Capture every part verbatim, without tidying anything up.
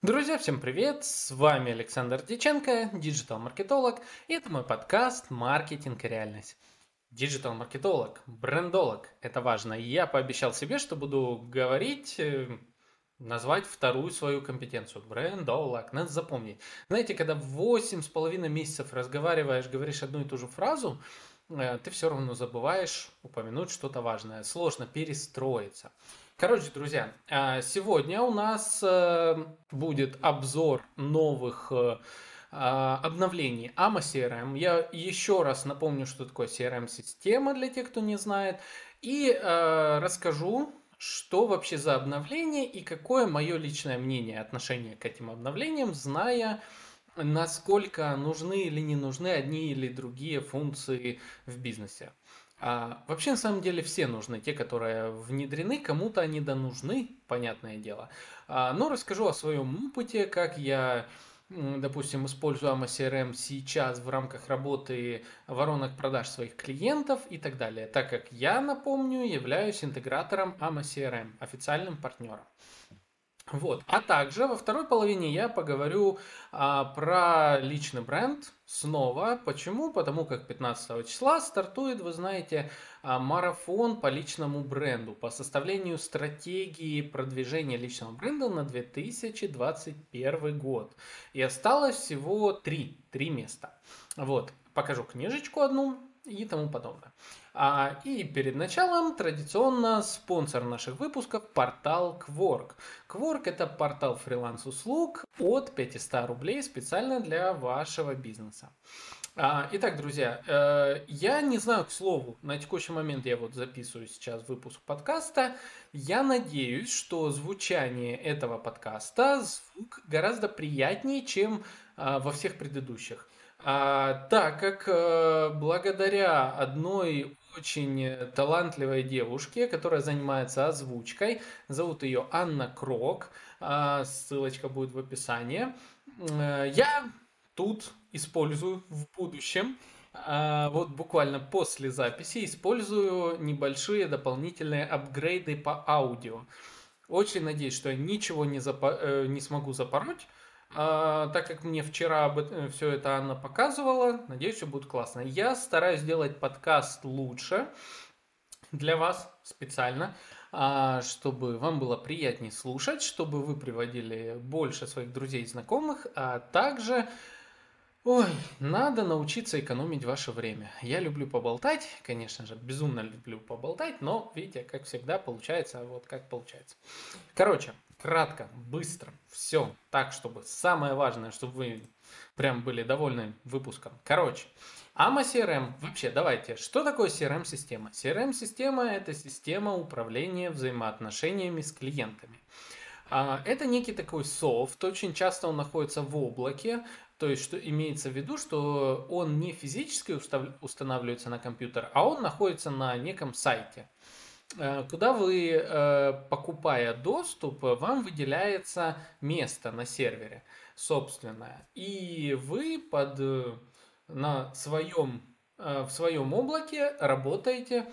Друзья, всем привет! С вами Александр Дьяченко, диджитал-маркетолог, и это мой подкаст «Маркетинг и реальность». Диджитал-маркетолог, брендолог– это важно. И я пообещал себе, что буду говорить, э, назвать вторую свою компетенцию– брендолог. Надо запомнить. Знаете, когда восемь с половиной месяцев разговариваешь, говоришь одну и ту же фразу, э, ты все равно забываешь упомянуть что-то важное. Сложно перестроиться. Короче, друзья, а, сегодня у нас э, будет обзор новых э, а, обновлений эй эм о си ар эм. Я еще раз напомню, что такое си ар эм-система для тех, кто не знает, и э, расскажу, что вообще за обновление и какое мое личное мнение, отношение к этим обновлениям, зная, насколько нужны или не нужны одни или другие функции в бизнесе. А, вообще, на самом деле, все нужны. Те, которые внедрены, кому-то они да нужны, понятное дело. А, но расскажу о своем опыте, как я, м, допустим, использую эй эм о си ар эм сейчас в рамках работы воронок продаж своих клиентов и так далее. Так как я, напомню, являюсь интегратором эй эм о си ар эм, официальным партнером. Вот. А также во второй половине я поговорю а, про личный бренд снова. Почему? Потому как пятнадцатого числа стартует, вы знаете, а, марафон по личному бренду, по составлению стратегии продвижения личного бренда на две тысячи двадцать первый год. И осталось всего три, три места. Вот. Покажу книжечку одну и тому подобное. А, и перед началом традиционно спонсор наших выпусков– портал Quark. Quark– это портал фриланс-услуг от пятьсот рублей специально для вашего бизнеса. А, итак, друзья, э, я не знаю, к слову, на текущий момент я вот записываю сейчас выпуск подкаста. Я надеюсь, что звучание этого подкаста, звук гораздо приятнее, чем а, во всех предыдущих. А, так как э, благодаря одной очень талантливой девушке, которая занимается озвучкой, зовут ее Анна Крок, а, ссылочка будет в описании, э, я тут использую в будущем, а, вот буквально после записи, использую небольшие дополнительные апгрейды по аудио. Очень надеюсь, что я ничего не, запо- э, не смогу запороть. А, так как мне вчера об этом, все это Анна показывала, надеюсь, все будет классно. Я стараюсь сделать подкаст лучше для вас специально, а, чтобы вам было приятнее слушать, чтобы вы приводили больше своих друзей и знакомых, а также ой, надо научиться экономить ваше время. Я люблю поболтать, конечно же, безумно люблю поболтать, но, видите, как всегда, получается вот как получается. Короче, кратко, быстро, все так, чтобы самое важное, чтобы вы прям были довольны выпуском. Короче, эй эм о си ар эм, вообще, давайте, что такое си ар эм-система? си ар эм-система– это система управления взаимоотношениями с клиентами. А, Это некий такой софт, очень часто он находится в облаке, то есть что имеется в виду, что он не физически устав- устанавливается на компьютер, а он находится на неком сайте, э, куда вы, э, покупая доступ, э, вам выделяется место на сервере собственное, и вы под, э, на своем, э, в своем облаке работаете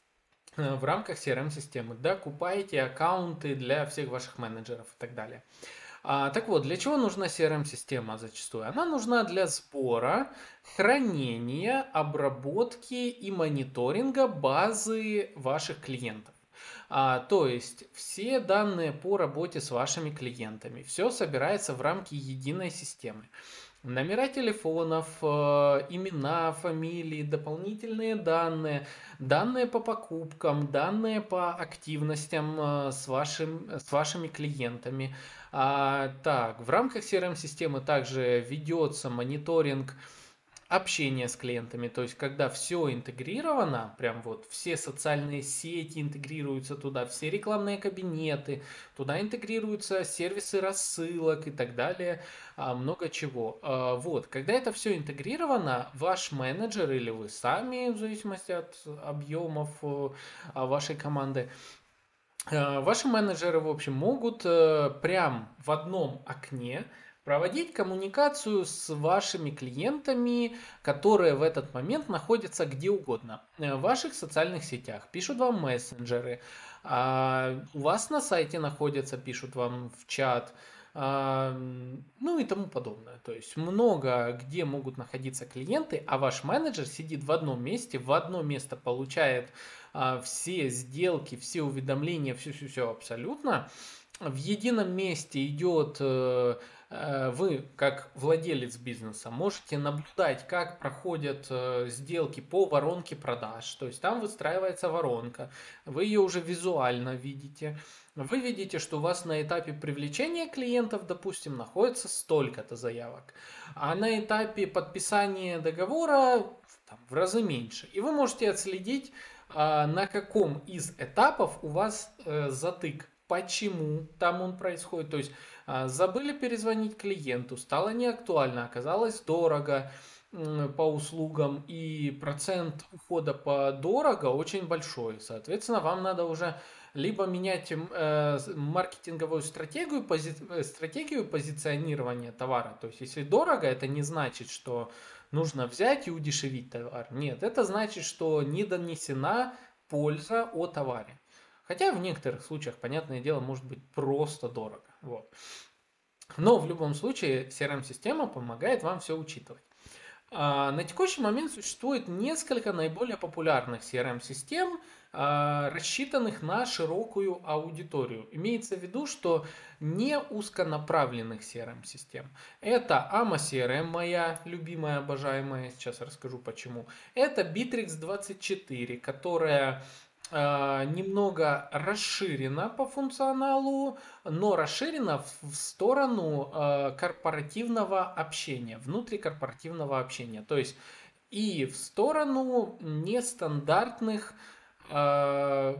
э, в рамках си ар эм-системы, докупаете аккаунты для всех ваших менеджеров и так далее. А, так вот, для чего нужна си ар эм-система зачастую? Она нужна для сбора, хранения, обработки и мониторинга базы ваших клиентов. А, то есть все данные по работе с вашими клиентами, все собирается в рамки единой системы. Номера телефонов, э, имена, фамилии, дополнительные данные, данные по покупкам, данные по активностям э, с, вашим, с вашими клиентами. А, так, в рамках си ар эм-системы также ведется мониторинг общение с клиентами, то есть когда все интегрировано, прям вот все социальные сети интегрируются туда, все рекламные кабинеты, туда интегрируются сервисы рассылок и так далее, а, много чего. А, Вот, когда это все интегрировано, ваш менеджер или вы сами, в зависимости от объемов э, а, вашей команды, Э, Ваши менеджеры, в общем, могут э, прям в одном окне проводить коммуникацию с вашими клиентами, которые в этот момент находятся где угодно. Э, В ваших социальных сетях пишут вам мессенджеры, а у вас на сайте находятся, пишут вам в чат. а, ну и тому подобное. То есть много где могут находиться клиенты, а ваш менеджер сидит в одном месте, в одно место получает а, все сделки, все уведомления, все-все-все абсолютно. В едином месте идет, э, э, вы как владелец бизнеса можете наблюдать, как проходят э, сделки по воронке продаж. То есть там выстраивается воронка, вы ее уже визуально видите. Вы видите, что у вас на этапе привлечения клиентов, допустим, находится столько-то заявок, а на этапе подписания договора там, в разы меньше. И вы можете отследить, а, на каком из этапов у вас э, затык, почему там он происходит. То есть а, забыли перезвонить клиенту, стало неактуально, оказалось дорого м, по услугам, и процент ухода по дорого очень большой. Соответственно, вам надо уже либо менять м, э, с- маркетинговую стратегию, пози- э, стратегию позиционирования товара. То есть, если дорого, это не значит, что нужно взять и удешевить товар. Нет, это значит, что не донесена польза о товаре. Хотя в некоторых случаях, понятное дело, может быть просто дорого. Вот. Но в любом случае си ар эм-система помогает вам все учитывать. А, На текущий момент существует несколько наиболее популярных си ар эм-систем, а, рассчитанных на широкую аудиторию. Имеется в виду, что не узконаправленных си ар эм-систем. Это эй эм эй си ар эм, моя любимая, обожаемая, сейчас расскажу почему. Это Bittrex двадцать четыре, которая а, немного расширена по функционалу, но расширена в в сторону э, корпоративного общения, внутрикорпоративного общения. То есть и в сторону нестандартных э,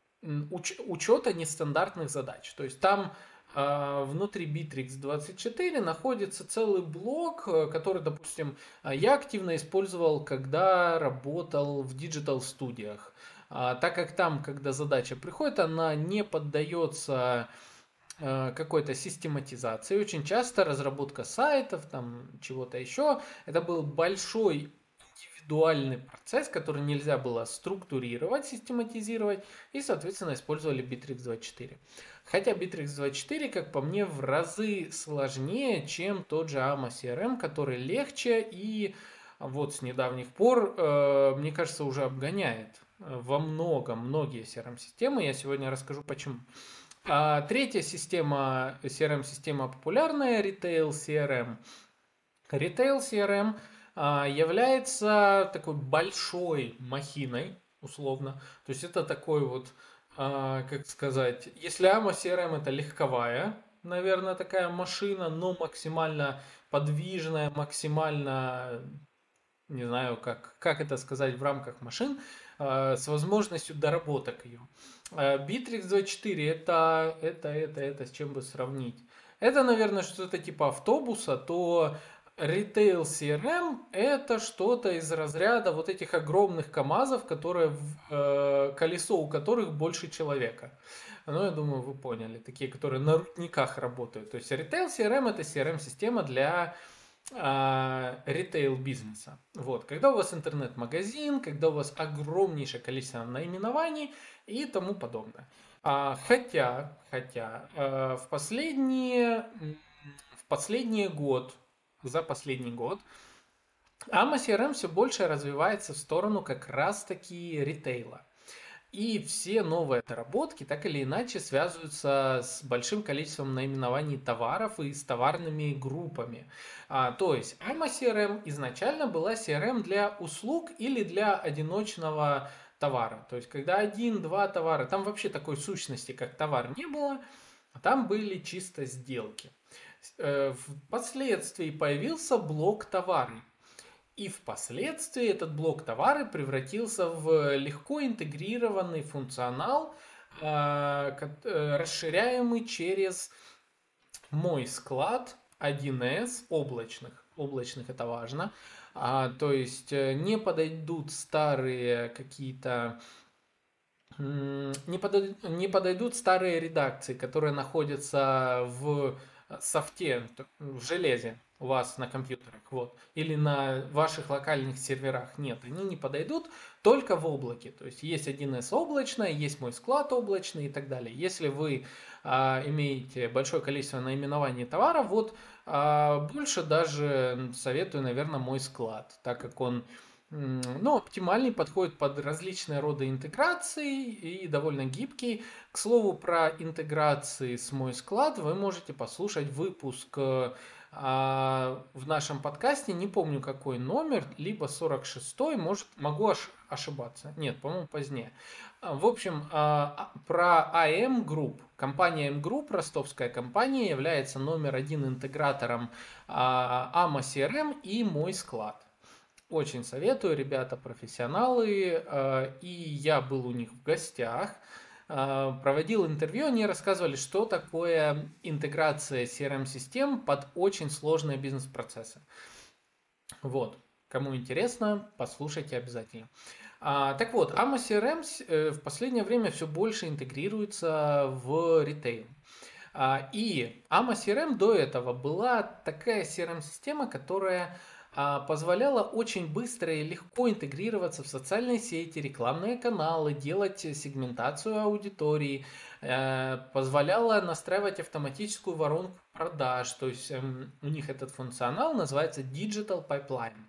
уч- учета нестандартных задач. То есть там э, внутри Bittrex двадцать четыре находится целый блок, э, который, допустим, э, я активно использовал, когда работал в диджитал-студиях. А, так как там, когда задача приходит, она не поддается э, какой-то систематизации. Очень часто разработка сайтов, там чего-то еще, это был большой индивидуальный процесс, который нельзя было структурировать, систематизировать, и, соответственно, использовали Bittrex двадцать четыре. Хотя Bittrex двадцать четыре, как по мне, в разы сложнее, чем тот же эй эм эй си ар эм, который легче и вот с недавних пор, э, мне кажется, уже обгоняет э, во многом многие си ар эм-системы. Я сегодня расскажу почему. А третья система, си ар эм-система популярная, Retail си ар эм. Retail си ар эм а, является такой большой махиной, условно. То есть это такой вот, а, как сказать, если эй эм эй си ар эм это легковая, наверное, такая машина, но максимально подвижная, максимально, не знаю, как, как это сказать, в рамках машин, э, с возможностью доработок ее. Э, Bittrex двадцать четыре это, это, это, это, с чем бы сравнить? Это, наверное, что-то типа автобуса, то Retail си ар эм это что-то из разряда вот этих огромных КАМАЗов, которые, в- э, колесо у которых больше человека. Ну, я думаю, вы поняли. Такие, которые на рудниках работают. То есть Retail си ар эм это си ар эм-система для а, ритейл бизнеса. Вот, когда у вас интернет-магазин, когда у вас огромнейшее количество наименований и тому подобное. А, хотя, хотя а, в последние, м, в последний год, за последний год, эй эм эй си ар эм все больше развивается в сторону как раз-таки ритейла. И все новые отработки так или иначе связываются с большим количеством наименований товаров и с товарными группами. А, то есть эй эм эй си ар эм изначально была си ар эм для услуг или для одиночного товара. То есть когда один-два товара, там вообще такой сущности, как товар, не было, а там были чисто сделки. Э, Впоследствии появился блок товары. И впоследствии этот блок товары превратился в легко интегрированный функционал, а, кот- э, расширяемый через мой склад один эс облачных. Облачных это важно. А, то есть э, не подойдут старые какие-то м, не подойдут, не подойдут старые редакции, которые находятся в софте, т- в железе. у вас на компьютерах, вот, или на ваших локальных серверах нет, они не подойдут только в облаке. То есть есть один эс облачное, есть мой склад облачный и так далее. Если вы а, имеете большое количество наименований товаров, вот а, больше даже советую, наверное, мой склад, так как он м, ну, оптимальный, подходит под различные роды интеграций и довольно гибкий. К слову, про интеграции с мой склад вы можете послушать выпуск э, а, в нашем подкасте, не помню какой номер, либо сорок шестой, может, могу ош- ошибаться. Нет, по-моему, позднее. А, В общем, а, а, про эй эм Group. Компания эм Group, ростовская компания, является номер один интегратором а, эй эм си ар эм и мой склад. Очень советую, ребята профессионалы, э, и я был у них в гостях, э, проводил интервью, они рассказывали, что такое интеграция си ар эм-систем под очень сложные бизнес-процессы. Вот, кому интересно, послушайте обязательно. А, так вот, эй эм си ар эм э, в последнее время все больше интегрируется в ритейл. А, И эй эм си ар эм до этого была такая си ар эм-система, которая а, позволяла очень быстро и легко интегрироваться в социальные сети, рекламные каналы, делать сегментацию аудитории, э, позволяла настраивать автоматическую воронку продаж. То есть эм, у них этот функционал называется Digital Pipeline.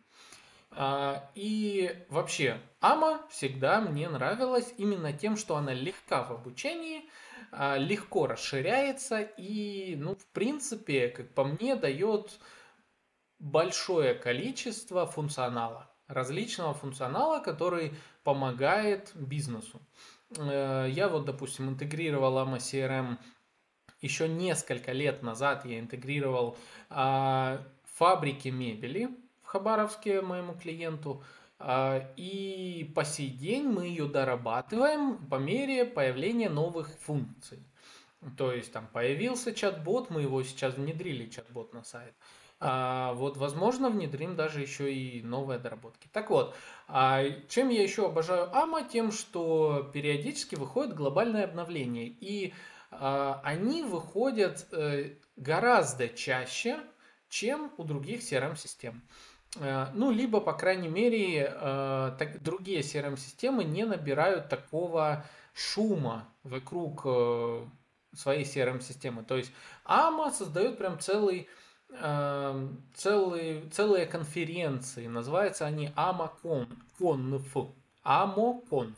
А, И вообще, ама всегда мне нравилась именно тем, что она легка в обучении, а, легко расширяется и, ну, в принципе, как по мне, дает большое количество функционала, различного функционала, который помогает бизнесу. Э, Я вот, допустим, интегрировал ама си ар эм еще несколько лет назад, я интегрировал а, фабрики мебели в Хабаровске моему клиенту. а, И по сей день мы ее дорабатываем по мере появления новых функций. То есть там появился чат-бот, мы его сейчас внедрили, чат-бот на сайт. А, вот, возможно, внедрим даже еще и новые доработки. Так вот, а чем я еще обожаю ама? Тем, что периодически выходит глобальное обновление. И а, они выходят э, гораздо чаще, чем у других си ар эм-систем. Э, Ну, либо, по крайней мере, э, так, другие си ар эм-системы не набирают такого шума вокруг э, своей си ар эм-системы. То есть ама создает прям целый, э, целый, целые конференции. Называются они AmaCon, конф, AmoConf.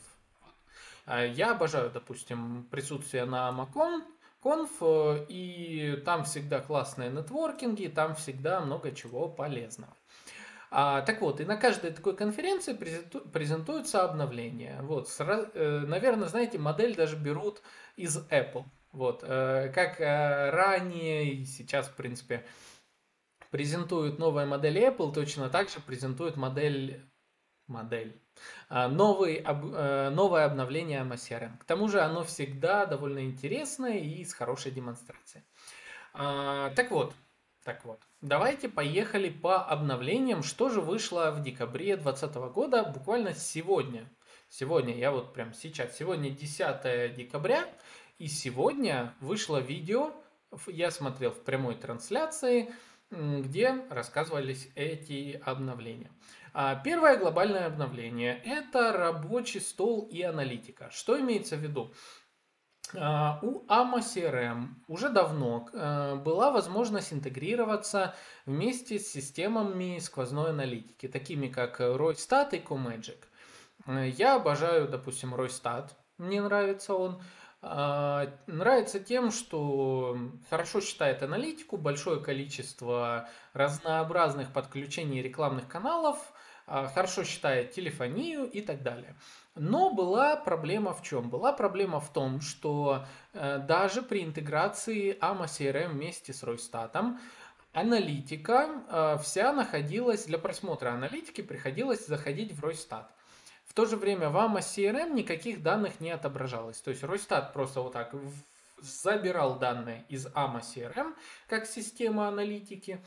А Я обожаю, допустим, присутствие на AmaCon, конф, э, и там всегда классные нетворкинги, там всегда много чего полезного. А, так вот, и на каждой такой конференции презенту- презентуются обновления. Вот, сра- э, наверное, знаете, модель даже берут из Apple. Вот, э, как э, ранее и сейчас, в принципе, презентуют новые модели Apple, точно так же презентуют модель модель. А, Новый, об- э, новое обновление эй эм си ар эм. К тому же оно всегда довольно интересное и с хорошей демонстрацией. А, так вот, так вот, давайте поехали по обновлениям. Что же вышло в декабре двадцатого года, буквально сегодня. Сегодня, я вот прям сейчас, сегодня десятое декабря, и сегодня вышло видео, ф- я смотрел в прямой трансляции, м, где рассказывались эти обновления. А, Первое глобальное обновление– это рабочий стол и аналитика. Что имеется в виду? А, У ама си ар эм уже давно э, была возможность интегрироваться вместе с системами сквозной аналитики, такими как Roystat и Comagic. Э, Я обожаю, допустим, Roystat, мне нравится он. А, Нравится тем, что хорошо считает аналитику, большое количество разнообразных подключений рекламных каналов, а, хорошо считает телефонию и так далее. Но была проблема в чем? Была проблема в том, что э, даже при интеграции ама си ар эм вместе с Ройстатом аналитика э, вся находилась, для просмотра аналитики приходилось заходить в Ройстат. В то же время в ама си ар эм никаких данных не отображалось. То есть Ройстат просто вот так в- забирал данные из ама си ар эм как система аналитики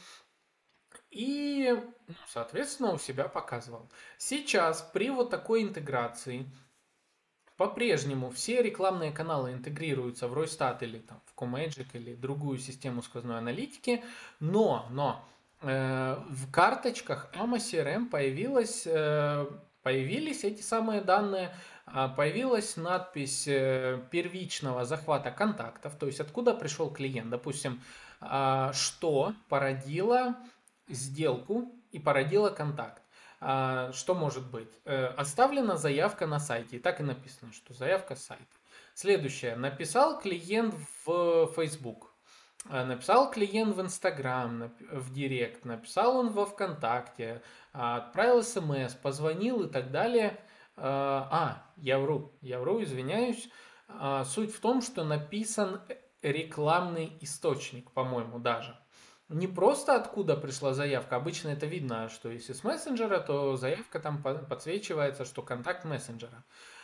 и, ну, соответственно, у себя показывал. Сейчас при вот такой интеграции по-прежнему все рекламные каналы интегрируются в Roystat или там, в Comagic или другую систему сквозной аналитики, но, но э, в карточках AMA си ар эм появилось, э, появились эти самые данные, а, появилась надпись э, первичного захвата контактов, то есть откуда пришел клиент, допустим, а, что породило сделку и породило контакт. А, Что может быть? Э, Оставлена заявка на сайте, и так и написано, что заявка с сайта. Следующее. Написал клиент в Facebook. А, Написал клиент в Инстаграм, нап- в Директ, написал он во ВКонтакте, а, отправил СМС, позвонил и так далее. А, а, я вру, я вру, извиняюсь. А, Суть в том, что написан рекламный источник, по-моему, даже. Не просто откуда пришла заявка. Обычно это видно, что если с мессенджера, то заявка там по- подсвечивается, что контакт мессенджера.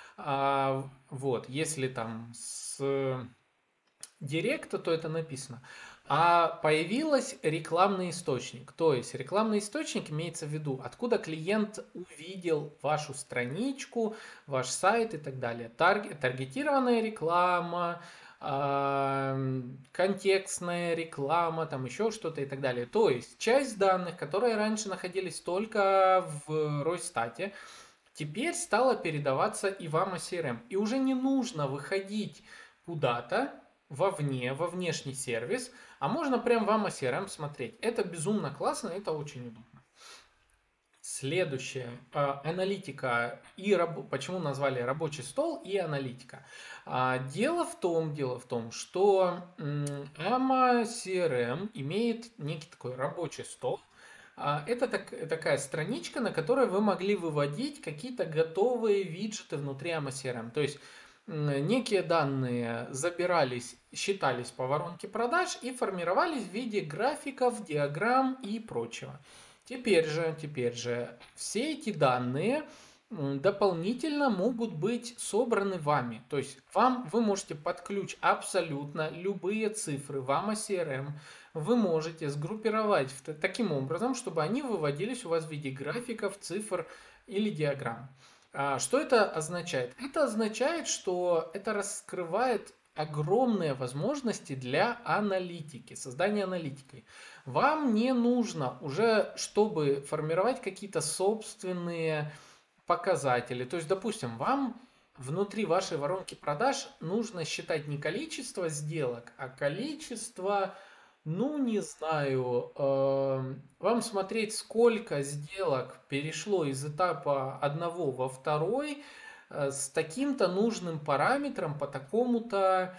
А, вот, если там с директа, то это написано. А появился рекламный источник. То есть рекламный источник имеется в виду, откуда клиент увидел вашу страничку, ваш сайт и так далее. Тарг- таргетированная реклама, а, контекстная реклама, там еще что-то и так далее. То есть часть данных, которые раньше находились только в Росстате, теперь стала передаваться и в AMA си ар эм. И уже не нужно выходить куда-то вовне, во внешний сервис, а можно прям в AMA си ар эм смотреть. Это безумно классно, это очень удобно. Следующее. а, Аналитика и раб- почему назвали рабочий стол и аналитика. А, Дело в том, дело в том, что м, AMA си ар эм имеет некий такой рабочий стол. А, Это так- такая страничка, на которой вы могли выводить какие-то готовые виджеты внутри AMA си ар эм. То есть м, некие данные забирались, считались по воронке продаж и формировались в виде графиков, диаграмм и прочего. Теперь же, теперь же все эти данные м, дополнительно могут быть собраны вами. То есть вам вы можете под ключ абсолютно любые цифры в AMA си ар эм вы можете сгруппировать в- таким образом, чтобы они выводились у вас в виде графиков, цифр или диаграмм. А, Что это означает? Это означает, что это раскрывает огромные возможности для аналитики, создания аналитики. Вам не нужно уже, чтобы формировать какие-то собственные показатели. То есть, допустим, вам внутри вашей воронки продаж нужно считать не количество сделок, а количество, ну, не знаю, эм, вам смотреть, сколько сделок перешло из этапа одного во второй э, с таким-то нужным параметром по такому-то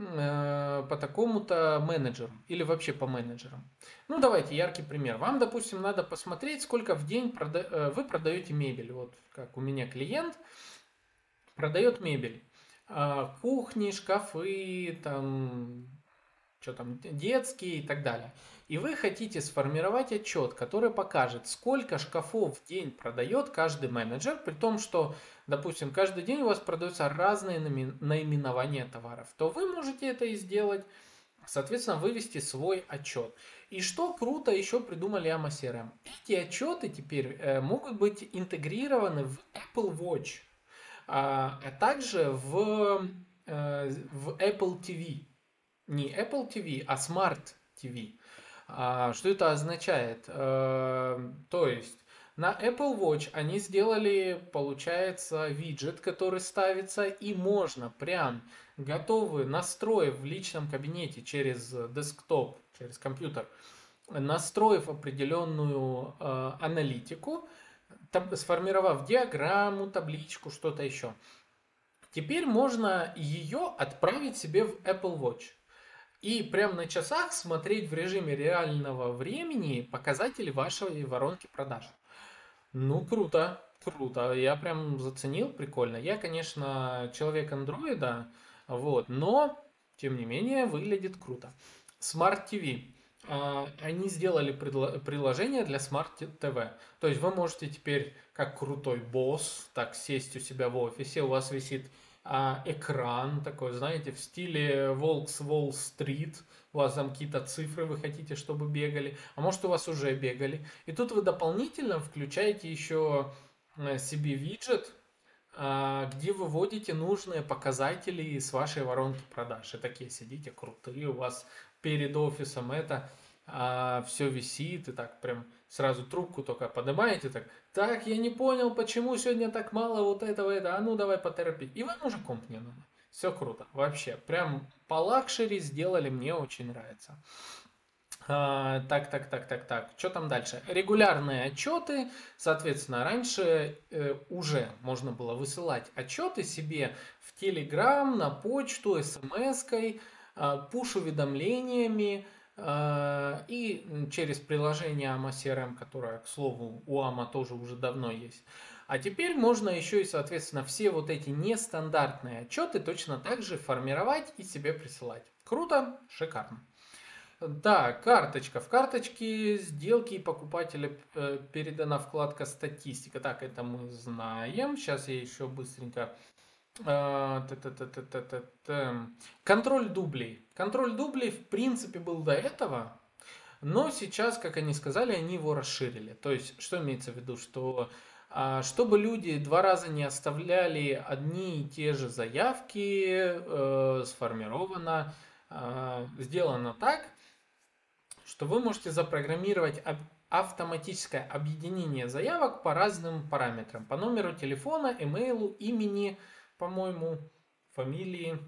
э, по такому-то менеджеру или вообще по менеджерам. Ну, давайте яркий пример. Вам, допустим, надо посмотреть, сколько в день прода- э, вы продаете мебель. Вот как у меня клиент продает мебель. А, Кухни, шкафы, там, что там, детские и так далее. И вы хотите сформировать отчет, который покажет, сколько шкафов в день продает каждый менеджер, при том, что, допустим, каждый день у вас продаются разные наимен- наименования товаров, то вы можете это и сделать, соответственно, вывести свой отчет. И что круто еще придумали AMA си ар эм. Эти отчеты теперь э, могут быть интегрированы в Apple Watch, а, а также в, э, в Apple ти ви. Не Apple ти ви, а Smart ти ви. А, Что это означает? Э, То есть на Apple Watch они сделали, получается, виджет, который ставится, и можно прям готовый, настроив в личном кабинете через десктоп, через компьютер, настроив определенную э, аналитику, там, сформировав диаграмму, табличку, что-то еще. Теперь можно ее отправить себе в Apple Watch. И прямо на часах смотреть в режиме реального времени показатели вашей воронки продаж. Ну, круто, круто. Я прям заценил, прикольно. Я, конечно, человек андроида, вот, но, тем не менее, выглядит круто. Smart ти ви. А, Они сделали предло- приложение для Smart ти ви. То есть вы можете теперь, как крутой босс, так сесть у себя в офисе, у вас висит а, экран такой, знаете, в стиле Волк с Уолл-стрит, у вас там какие-то цифры вы хотите, чтобы бегали, а может у вас уже бегали. И тут вы дополнительно включаете еще э, себе виджет, а, где выводите нужные показатели с вашей воронки продаж. И такие сидите крутые у вас перед офисом это. все висит, и так прям сразу трубку только поднимаете, так, так, я не понял, почему сегодня так мало вот этого, это, а ну давай потерпи. И вам уже комп не надо. Все круто, вообще, прям по лакшери сделали, мне очень нравится. А, так, так, так, так, так. Что там дальше? Регулярные отчеты. Соответственно, раньше э, уже можно было высылать отчеты себе в Telegram, на почту, смс-кой, э, пуш-уведомлениями э, и через приложение эй эм эй си эр эм, которое, к слову, у эй эм эй тоже уже давно есть. А теперь можно еще и, соответственно, все вот эти нестандартные отчеты точно так же формировать и себе присылать. Круто, шикарно. Да, карточка. В карточке сделки и покупателя э, передана вкладка статистика. Так, это мы знаем. Сейчас я еще быстренько. а, та-та-та-та-та-та. Контроль дублей. Контроль дублей в принципе был до этого, но сейчас, как они сказали, они его расширили. То есть, что имеется в виду, что а, чтобы люди два раза не оставляли одни и те же заявки, э, сформировано, а, сделано так, что вы можете запрограммировать автоматическое объединение заявок по разным параметрам. По номеру телефона, имейлу, имени, по-моему, фамилии,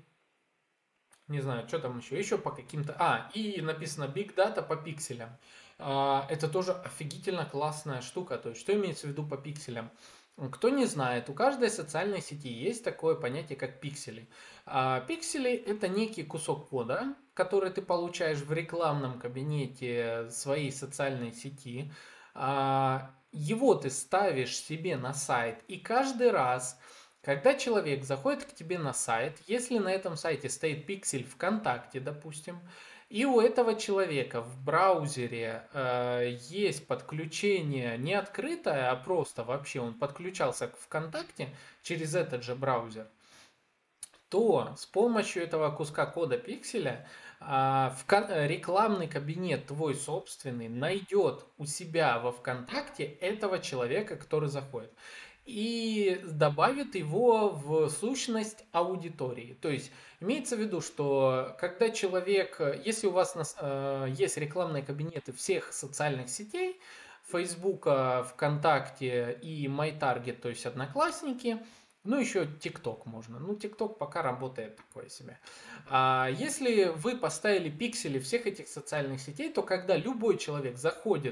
не знаю, что там еще, еще по каким-то... А, и написано Big Data по пикселям. А, это тоже офигительно классная штука. То есть, что имеется в виду по пикселям? Кто не знает, у каждой социальной сети есть такое понятие, как пиксели. А пиксели – это некий кусок кода, который ты получаешь в рекламном кабинете своей социальной сети. А, его ты ставишь себе на сайт, и каждый раз, когда человек заходит к тебе на сайт, если на этом сайте стоит пиксель ВКонтакте, допустим, и у этого человека в браузере э, есть подключение не открытое, а просто вообще он подключался к ВКонтакте через этот же браузер, то с помощью этого куска кода пикселя а, в рекламный кабинет твой собственный найдет у себя во ВКонтакте этого человека, который заходит, и добавит его в сущность аудитории. То есть имеется в виду, что когда человек, если у вас э, есть рекламные кабинеты всех социальных сетей, Фейсбука, ВКонтакте и MyTarget, то есть Одноклассники, ну, еще ТикТок можно. Ну, ТикТок пока работает такое себе. А если вы поставили пиксели всех этих социальных сетей, то когда любой человек заходит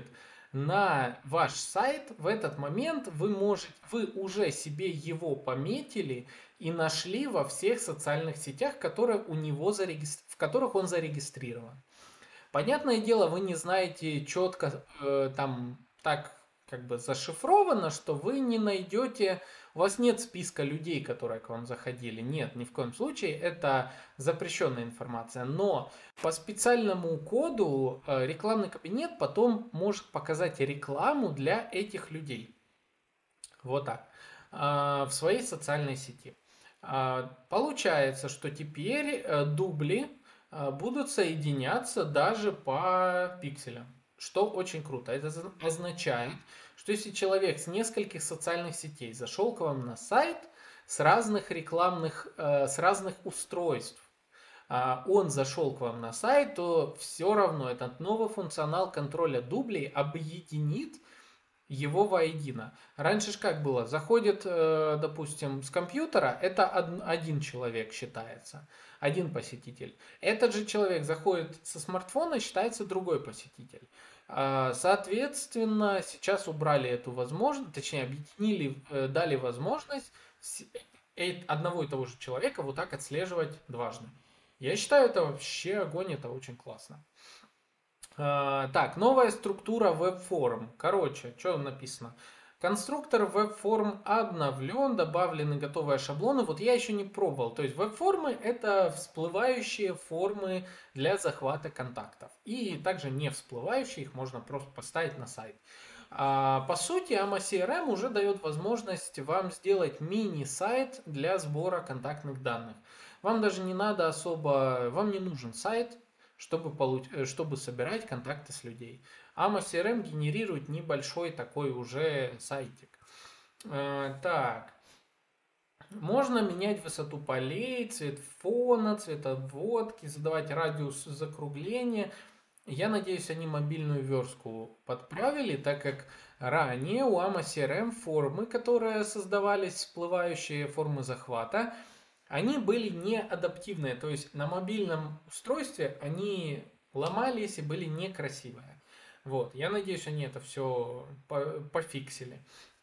на ваш сайт, в этот момент вы можете, вы уже себе его пометили и нашли во всех социальных сетях, которые у него зарегистр... в которых он зарегистрирован. Понятное дело, вы не знаете четко э, там так как бы зашифровано, что вы не найдете, у вас нет списка людей, которые к вам заходили. Нет, ни в коем случае, это запрещенная информация. Но по специальному коду э, рекламный кабинет потом может показать рекламу для этих людей. Вот так. Э, в своей социальной сети. Э, получается, что теперь э, дубли э, будут соединяться даже по пикселям. Что очень круто. Это означает, что если человек с нескольких социальных сетей зашел к вам на сайт с разных рекламных, э, с разных устройств, э, он зашел к вам на сайт, то все равно этот новый функционал контроля дублей объединит его воедино. Раньше ж как было? Заходит, э, допустим, с компьютера, это один человек считается, один посетитель. Этот же человек заходит со смартфона, считается другой посетитель. А, Соответственно, сейчас убрали эту возможность, точнее, объединили, э, дали возможность с- э, одного и того же человека вот так отслеживать дважды. Я считаю, это вообще огонь, это очень классно. А, Так, новая структура веб-форм. Короче, что написано? Конструктор веб-форм обновлен, добавлены готовые шаблоны. Вот я еще не пробовал. То есть веб-формы это всплывающие формы для захвата контактов. И также не всплывающие, их можно просто поставить на сайт. А, по сути, эй эм эй си эр эм уже дает возможность вам сделать мини-сайт для сбора контактных данных. Вам даже не надо особо, вам не нужен сайт, чтобы, получ... э, чтобы собирать контакты с людей. эй эм эй си эр эм генерирует небольшой такой уже сайтик. Э, так, можно менять высоту полей, цвет фона, цвет обводки, задавать радиус закругления. Я надеюсь, они мобильную верстку подправили, так как ранее у эй эм эй си ар эм формы, которые создавались, всплывающие формы захвата, они были не адаптивные, то есть на мобильном устройстве они ломались и были некрасивые. Вот, я надеюсь, они это все пофиксили.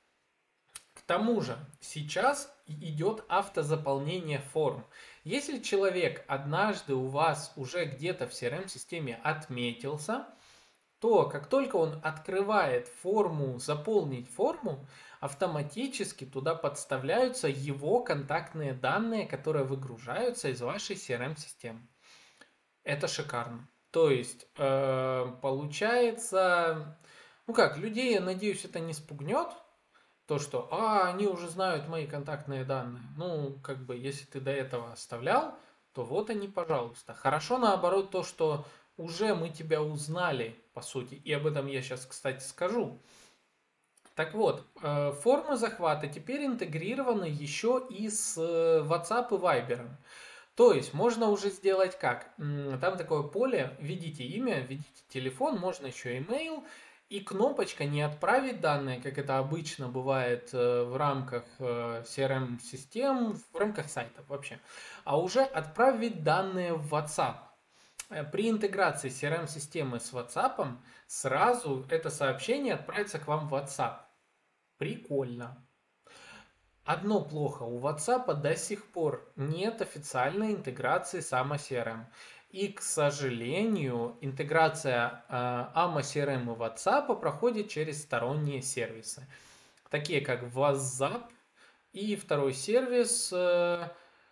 К тому же, сейчас идет автозаполнение форм. Если человек однажды у вас уже где-то в си ар эм-системе отметился, то как только он открывает форму, заполнить форму, автоматически туда подставляются его контактные данные, которые выгружаются из вашей си ар эм-системы. Это шикарно. То есть, э, получается, ну как, людей, я надеюсь, это не спугнет, то, что, а, они уже знают мои контактные данные. Ну, как бы, если ты до этого оставлял, то вот они, пожалуйста. Хорошо, наоборот, то, что уже мы тебя узнали, по сути. И об этом я сейчас, кстати, скажу. Так вот, э, формы захвата теперь интегрированы еще и с э, WhatsApp и Viber. То есть можно уже сделать как? Там такое поле, введите имя, введите телефон, можно еще email, и кнопочка не отправить данные, как это обычно бывает э, в рамках э, си ар эм-систем, в рамках сайтов вообще, а уже отправить данные в WhatsApp. Э, При интеграции си ар эм-системы с WhatsApp сразу это сообщение отправится к вам в WhatsApp. Прикольно. Одно плохо, у WhatsApp до сих пор нет официальной интеграции с эй эм эй си ар эм. И, к сожалению, интеграция э, эй эм эй си ар эм и WhatsApp проходит через сторонние сервисы, такие как WhatsApp и второй сервис, э,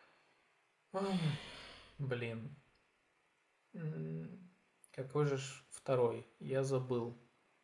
ой, блин, м, какой же ж второй? Я забыл.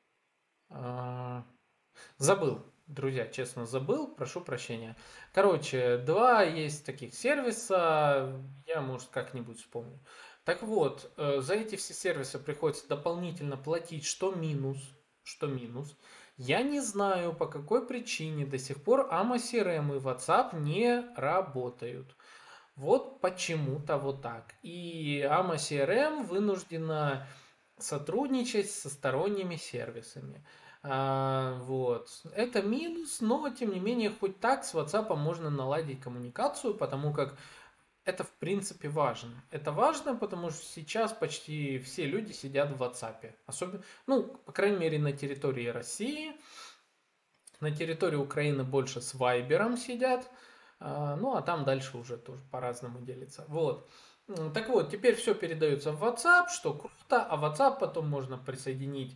А, Забыл, друзья, честно забыл, прошу прощения. Короче, два есть таких сервиса, я, может, как-нибудь вспомню. Так вот, э, за эти все сервисы приходится дополнительно платить, что минус, что минус. Я не знаю, по какой причине до сих пор эй эм эй си ар эм и WhatsApp не работают. Вот почему-то вот так. И эй эм эй си ар эм вынуждена сотрудничать со сторонними сервисами. А, вот. Это минус, но тем не менее, хоть так с WhatsApp можно наладить коммуникацию, потому как это в принципе важно. Это важно, потому что сейчас почти все люди сидят в WhatsApp. Особенно, ну, по крайней мере, на территории России. На территории Украины больше с Вайбером сидят. А, ну, а там дальше уже тоже по-разному делится. Вот. Так вот, теперь все передается в WhatsApp, что круто, а WhatsApp потом можно присоединить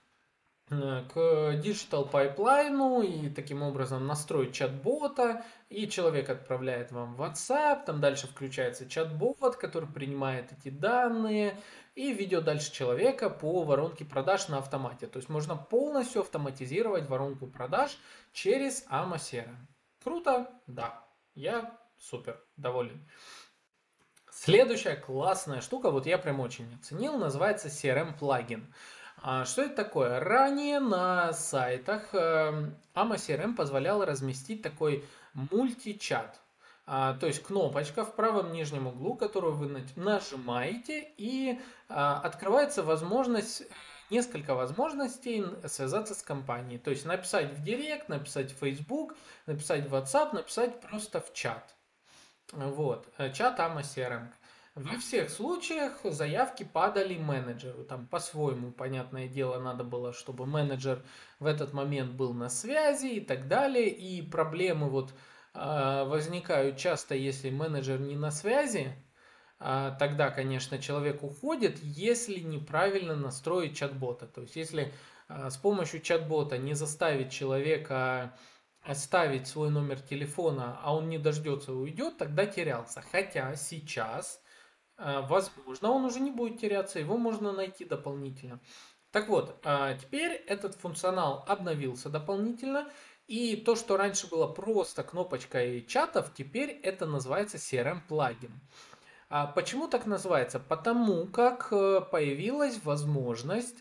э, к Digital Pipeline и таким образом настроить чат-бота, и человек отправляет вам в WhatsApp, там дальше включается чат-бот, который принимает эти данные и ведет дальше человека по воронке продаж на автомате. То есть можно полностью автоматизировать воронку продаж через эй эм эй си ар эм. Круто? Да. Я супер доволен. Следующая классная штука, вот я прям очень оценил, называется си ар эм-плагин. А что это такое? Ранее на сайтах э, эй эм эй си ар эм позволял разместить такой мультичат. А, то есть кнопочка в правом нижнем углу, которую вы нажимаете, и а, открывается возможность, несколько возможностей связаться с компанией. То есть написать в Директ, написать в Facebook, написать в WhatsApp, написать просто в чат. Вот, э, чат эй эм эй си ар эм. Во всех случаях заявки падали менеджеру. Там по-своему, понятное дело, надо было, чтобы менеджер в этот момент был на связи и так далее. И проблемы вот э, возникают часто, если менеджер не на связи. А, тогда, конечно, человек уходит, если неправильно настроить чат-бота. То есть, если а, с помощью чат-бота не заставить человека оставить свой номер телефона, а он не дождется и уйдет, тогда терялся. Хотя сейчас, а, возможно, он уже не будет теряться, его можно найти дополнительно. Так вот, а, теперь этот функционал обновился дополнительно, и то, что раньше было просто кнопочкой чатов, теперь это называется си ар эм-плагин. А почему так называется? Потому как э, появилась возможность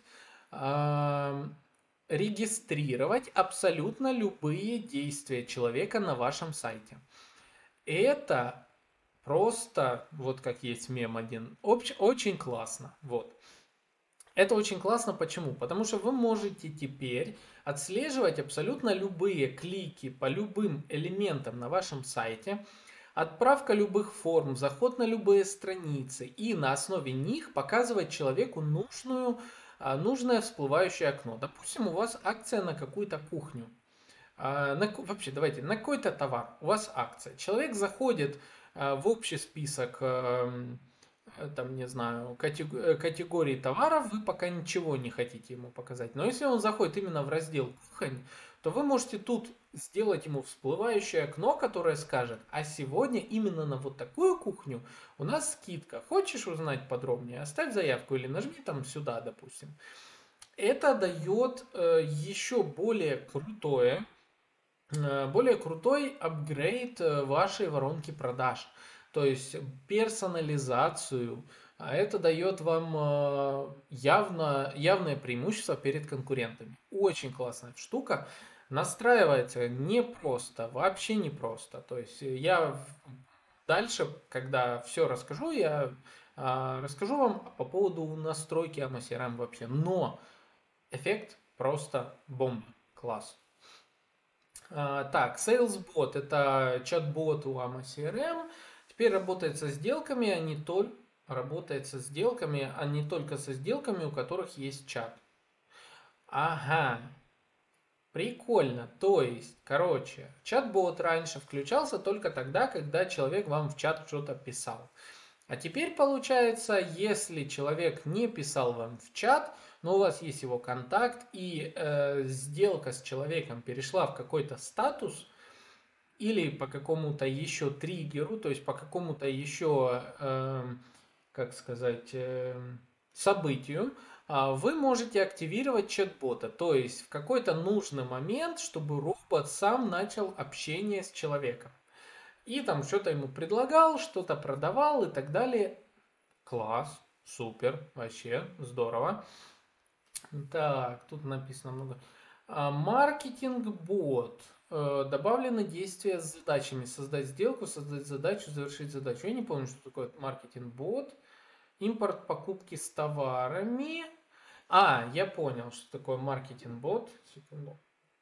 а, регистрировать абсолютно любые действия человека на вашем сайте. Это просто, вот как есть мем один, очень классно. Вот. Это очень классно. Почему? Потому что вы можете теперь отслеживать абсолютно любые клики по любым элементам на вашем сайте, отправка любых форм, заход на любые страницы и на основе них показывать человеку нужную, а, нужное всплывающее окно. Допустим, у вас акция на какую-то кухню. А, на, ку- вообще, давайте, на какой-то товар у вас акция. Человек заходит а, в общий список, эм, э, там, не знаю, катего- э, категории товаров, вы пока ничего не хотите ему показать. Но если он заходит именно в раздел кухонь, то вы можете тут сделать ему всплывающее окно, которое скажет, а сегодня именно на вот такую кухню у нас скидка. Хочешь узнать подробнее? Оставь заявку или нажми там сюда, допустим. Это дает э, еще более крутое э, более крутой апгрейд э, вашей воронки продаж. То есть персонализацию. А это дает вам э, явно, явное преимущество перед конкурентами. Очень классная штука. Настраивается непросто, вообще непросто. То есть я дальше, когда все расскажу, я а, расскажу вам по поводу настройки Ама си ар эм вообще. Но эффект просто бомба. Класс. А, Так, SalesBot– это чат-бот у Ама си ар эм. Теперь работает со сделками, а не только работает со сделками, а не только со сделками, у которых есть чат. Ага, прикольно. То есть, короче, чат-бот раньше включался только тогда, когда человек вам в чат что-то писал. А теперь получается, если человек не писал вам в чат, но у вас есть его контакт и э, сделка с человеком перешла в какой-то статус, или по какому-то еще триггеру, то есть по какому-то еще, эм, как сказать, эм, событию, а, вы можете активировать чат-бота. То есть в какой-то нужный момент, чтобы робот сам начал общение с человеком. И там что-то ему предлагал, что-то продавал и так далее. Класс, супер, вообще здорово. Так, тут написано много. А, Маркетинг-бот. Э, Добавлены действия с задачами. Создать сделку, создать задачу, завершить задачу. Я не помню, что такое маркетинг-бот. Импорт покупки с товарами. А, я понял, что такое маркетинг-бот. Секунду.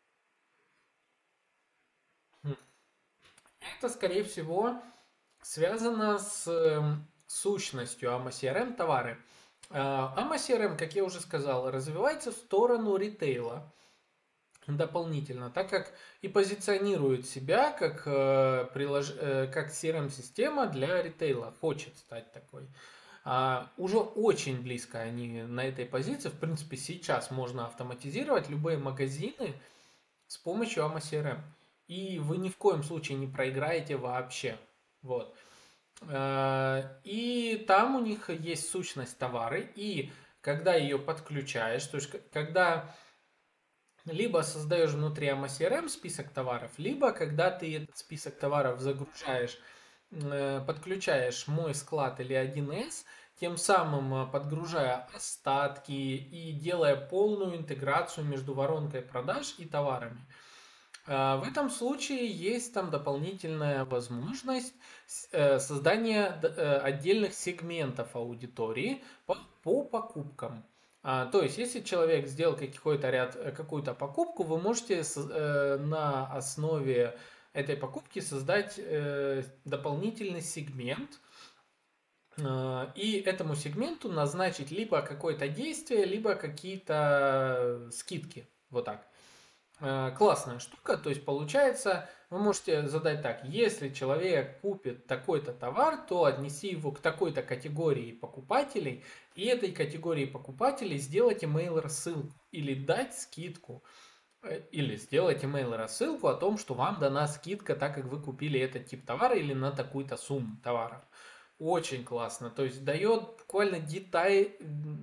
Хм. Это, скорее всего, связано с эм, сущностью Ама си ар эм товары. А, Ама си ар эм, как я уже сказал, развивается в сторону ритейла. Дополнительно, так как и позиционирует себя как, э, прилож... э, как си ар эм-система для ритейла, хочет стать такой. А, уже очень близко они на этой позиции. В принципе, сейчас можно автоматизировать любые магазины с помощью Ама си ар эм. И вы ни в коем случае не проиграете вообще. Вот. Э, И там у них есть сущность товары, и когда ее подключаешь, то есть к- когда либо создаешь внутри Ама си ар эм список товаров, либо когда ты этот список товаров загружаешь, э, подключаешь мой склад или один эс, тем самым э, подгружая остатки и делая полную интеграцию между воронкой продаж и товарами. А, В этом случае есть там дополнительная возможность с- э, создания д- э, отдельных сегментов аудитории по, по покупкам. А, То есть, если человек сделал какой-то ряд, э, какую-то покупку, вы можете с- э, на основе этой покупки создать э, дополнительный сегмент, э, и этому сегменту назначить либо какое-то действие, либо какие-то скидки. Вот так. Э, Классная штука, то есть получается, вы можете задать так, если человек купит такой-то товар, то отнеси его к такой-то категории покупателей, и этой категории покупателей сделать email рассылку или дать скидку, э, или сделать email рассылку о том, что вам дана скидка, так как вы купили этот тип товара или на такую-то сумму товаров. Очень классно, то есть дает буквально деталь,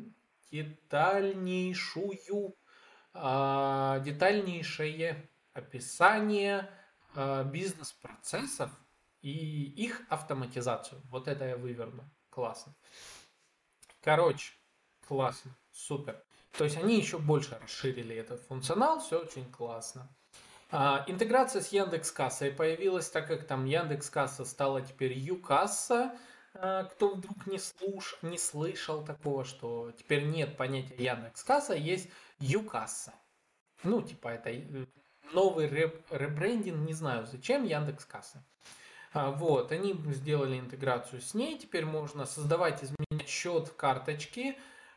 детальнейшую а, детальнейшее описание а, бизнес-процессов и их автоматизацию. Вот это я выверну. Классно. Короче, классно. Супер. То есть они еще больше расширили этот функционал, все очень классно. А, интеграция с Яндекс Кассой появилась, так как там Яндекс Касса стала теперь Юкасса. А, кто вдруг не, слуш... не слышал такого, что теперь нет понятия Яндекс.Касса, есть ЮКасса. Ну, типа, это э, новый реб... ребрендинг, не знаю зачем, Яндекс.Касса. А, вот, они сделали интеграцию с ней, теперь можно создавать, изменять счет, карточки,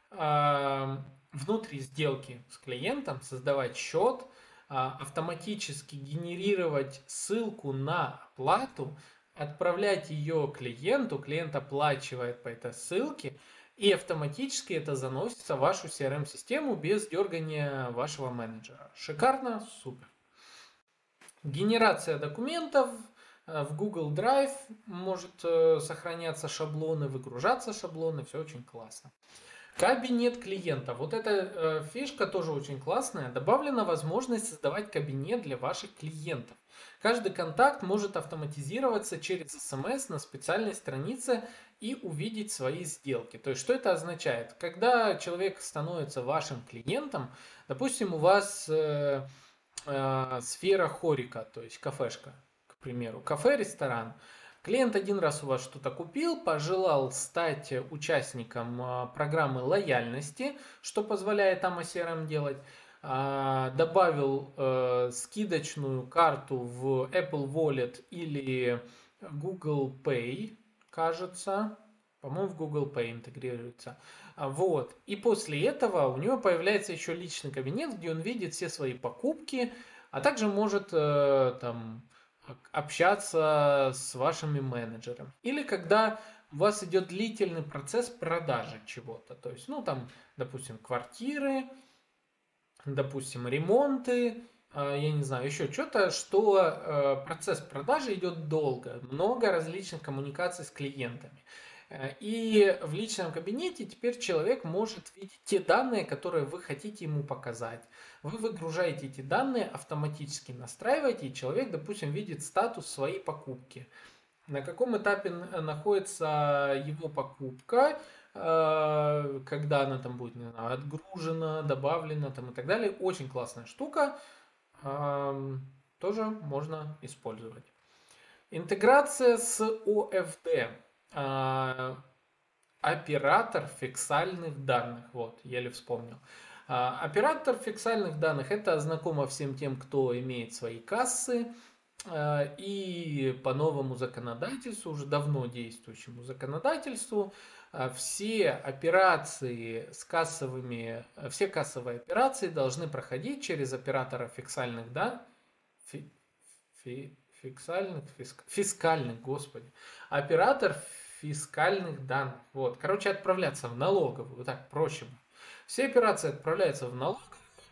а, внутри сделки с клиентом, создавать счет, а, автоматически генерировать ссылку на оплату, отправлять ее клиенту, клиент оплачивает по этой ссылке, и автоматически это заносится в вашу си ар эм-систему без дергания вашего менеджера. Шикарно, супер. Генерация документов э, в Google Drive может э, сохраняться шаблоны, выгружаться шаблоны, все очень классно. Кабинет клиента. Вот эта э, фишка тоже очень классная. Добавлена возможность создавать кабинет для ваших клиентов. Каждый контакт может автоматизироваться через эс эм эс на специальной странице и увидеть свои сделки. То есть, что это означает? Когда человек становится вашим клиентом, допустим, у вас э, э, сфера хорика, то есть кафешка, к примеру, кафе-ресторан. Клиент один раз у вас что-то купил, пожелал стать участником а, программы лояльности, что позволяет эй эс эр эм делать, а, добавил э, скидочную карту в Apple Wallet или Google Pay, кажется, по-моему, в Google Pay интегрируется. А, Вот. И после этого у него появляется еще личный кабинет, где он видит все свои покупки, а также может э, там общаться с вашими менеджерами. Или когда у вас идет длительный процесс продажи чего-то. То есть, ну там, допустим, квартиры, допустим, ремонты, э, я не знаю, еще что-то, что э, процесс продажи идет долго, много различных коммуникаций с клиентами. Э, И в личном кабинете теперь человек может видеть те данные, которые вы хотите ему показать. Вы выгружаете эти данные, автоматически настраиваете, и человек, допустим, видит статус своей покупки. На каком этапе находится его покупка, э, когда она там будет, не знаю, отгружена, добавлена там и так далее. Очень классная штука, эм, тоже можно использовать. Интеграция с о эф ди, э, оператор фиксальных данных, вот, еле вспомнил. А, Оператор фиксальных данных это знакомо всем тем, кто имеет свои кассы, а, и по новому законодательству, уже давно действующему законодательству, а, все операции с кассовыми, а, все кассовые операции должны проходить через оператора фиксальных данных, фи, фи- фиксальных, фиск- фискальных, господи, оператор фискальных данных. Вот, короче, отправляться в налоговую, вот так проще. Все операции отправляются в налог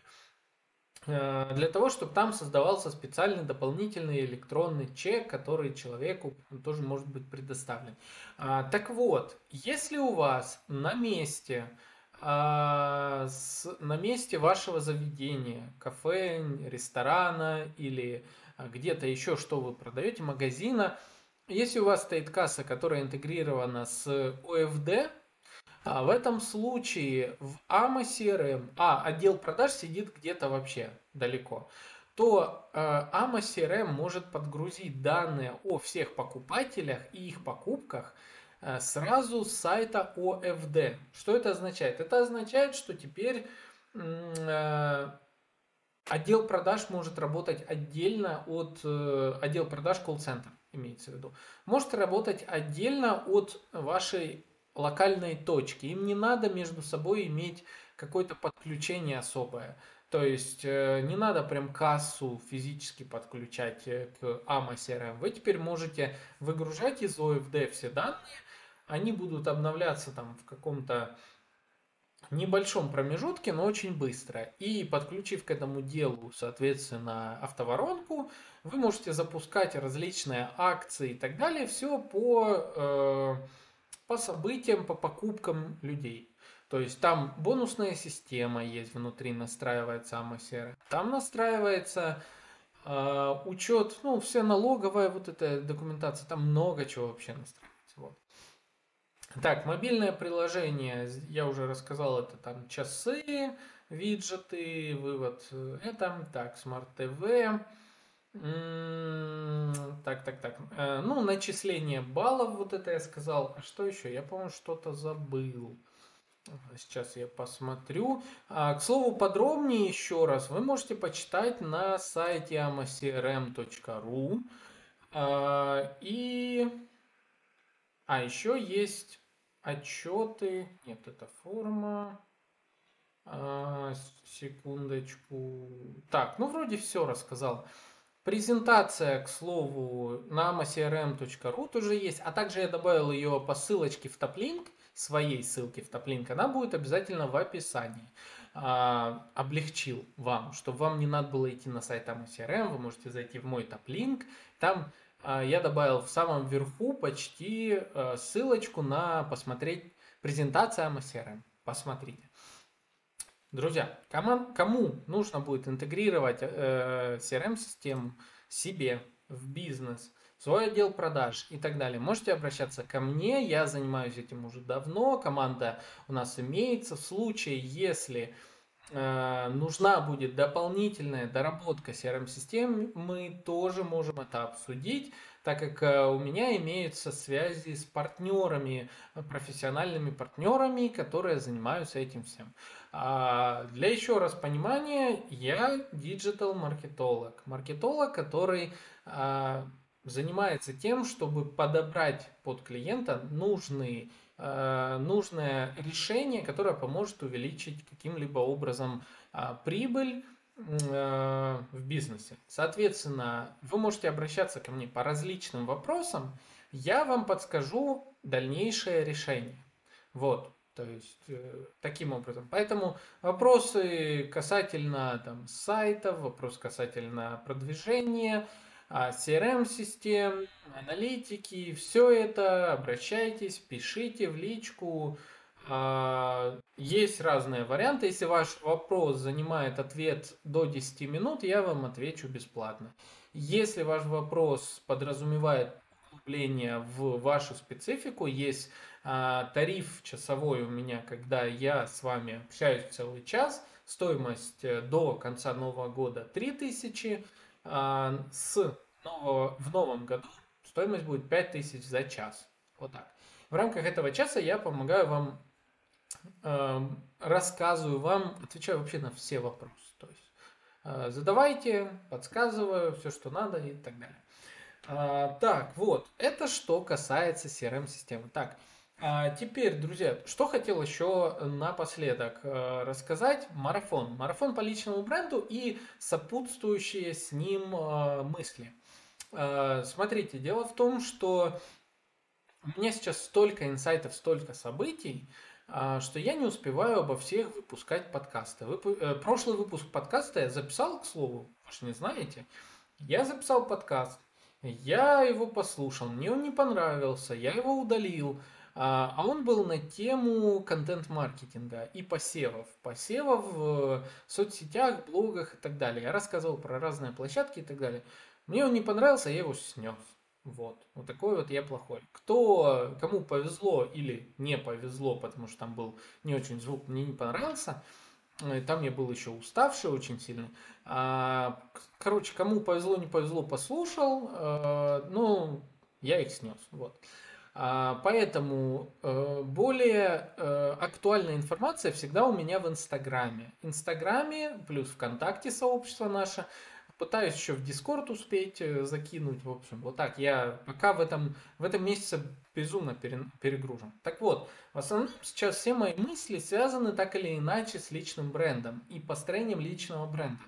э, для того, чтобы там создавался специальный дополнительный электронный чек, который человеку тоже может быть предоставлен. А, Так вот, если у вас на месте а, с- на месте вашего заведения, кафе, ресторана или а, где-то еще, что вы продаете, магазина, если у вас стоит касса, которая интегрирована с о эф ди, а в этом случае в эй эм си эр эм, а отдел продаж сидит где-то вообще далеко, то э, эй эм си эр эм может подгрузить данные о всех покупателях и их покупках э, сразу с сайта о эф ди. Что это означает? Это означает, что теперь м, э, отдел продаж может работать отдельно от э, отдел продаж колл-центр, имеется в виду. Может работать отдельно от вашей локальной точки. Им не надо между собой иметь какое-то подключение особое. То есть э, не надо прям кассу физически подключать э, к эй эм си эр эм. Вы теперь можете выгружать из о эф ди все данные, они будут обновляться там в каком-то небольшом промежутке, но очень быстро. И подключив к этому делу, соответственно, автоворонку, вы можете запускать различные акции и так далее, все по, э, по событиям, по покупкам людей. То есть там бонусная система есть внутри, настраивается эй эм си эр. Там настраивается э, учет, ну, вся налоговая вот эта документация, там много чего вообще настраивается. Вот. Так, мобильное приложение, я уже рассказал, это там часы, виджеты, вывод, э, это, так, смарт-ТВ, М, Так, так, так. Э, Ну, начисление баллов, вот это я сказал. А что еще? Я, по-моему, что-то забыл. Сейчас я посмотрю. А, к слову, подробнее еще раз вы можете почитать на сайте amacrm точка ру. А, и... А, еще есть отчеты. Нет, это форма. А, секундочку. Так, ну вроде все рассказал. Презентация, к слову, на amacrm точка ру тоже есть, а также я добавил ее по ссылочке в топлинк, своей ссылке в топлинк, она будет обязательно в описании. А, облегчил вам, чтобы вам не надо было идти на сайт amacrm, вы можете зайти в мой топлинк, там а, я добавил в самом верху почти а, ссылочку на посмотреть презентацию amacrm. Посмотрите. Друзья, кому, кому нужно будет интегрировать э, си ар эм-систему себе в бизнес, в свой отдел продаж и так далее, можете обращаться ко мне, я занимаюсь этим уже давно, команда у нас имеется. В случае, если э, нужна будет дополнительная доработка си ар эм-систем, мы тоже можем это обсудить, так как э, у меня имеются связи с партнерами, э, профессиональными партнерами, которые занимаются этим всем. А для еще раз понимания, я диджитал-маркетолог. Маркетолог, который а, занимается тем, чтобы подобрать под клиента нужный, а, нужное решение, которое поможет увеличить каким-либо образом а, прибыль а, в бизнесе. Соответственно, вы можете обращаться ко мне по различным вопросам, я вам подскажу дальнейшее решение. Вот. То есть э, таким образом. Поэтому вопросы касательно там, сайтов, вопрос касательно продвижения, а, си ар эм-систем, аналитики, все это обращайтесь, пишите в личку. А, Есть разные варианты. Если ваш вопрос занимает ответ до десяти минут, я вам отвечу бесплатно. Если ваш вопрос подразумевает углубление в вашу специфику, есть а, тариф часовой у меня, когда я с вами общаюсь целый час, стоимость э, до конца Нового года три тысячи, а, с нового, в новом году стоимость будет пять тысяч за час. Вот так. В рамках этого часа я помогаю вам, э, рассказываю вам, отвечаю вообще на все вопросы. То есть э, задавайте, подсказываю все, что надо и так далее. А, так, вот, это что касается си ар эм-системы. Так, а теперь, друзья, что хотел еще напоследок э, рассказать. Марафон. Марафон по личному бренду и сопутствующие с ним э, мысли. Э, смотрите, дело в том, что у меня сейчас столько инсайтов, столько событий, а, что я не успеваю обо всех выпускать подкасты. Вып- э, Прошлый выпуск подкаста я записал, к слову, вы же не знаете. Я записал подкаст, я его послушал, мне он не понравился, я его удалил. А а он был на тему контент-маркетинга и посевов. Посевов в соцсетях, блогах и так далее. Я рассказывал про разные площадки и так далее. Мне он не понравился, я его снес. Вот. Вот такой вот я плохой. Кто, кому повезло или не повезло, потому что там был не очень звук, мне не понравился. э, Там я был еще уставший очень сильно. А, к- короче, кому повезло, не повезло, послушал. э, Ну, я их снес. Вот. А, Поэтому э, более э, актуальная информация всегда у меня в Инстаграме. Инстаграме плюс ВКонтакте сообщество наше. Пытаюсь еще в Дискорд успеть э, закинуть. В общем, вот так. Я пока в этом, в этом месяце безумно пере- перегружен. Так вот, в основном сейчас все мои мысли связаны так или иначе с личным брендом и построением личного бренда.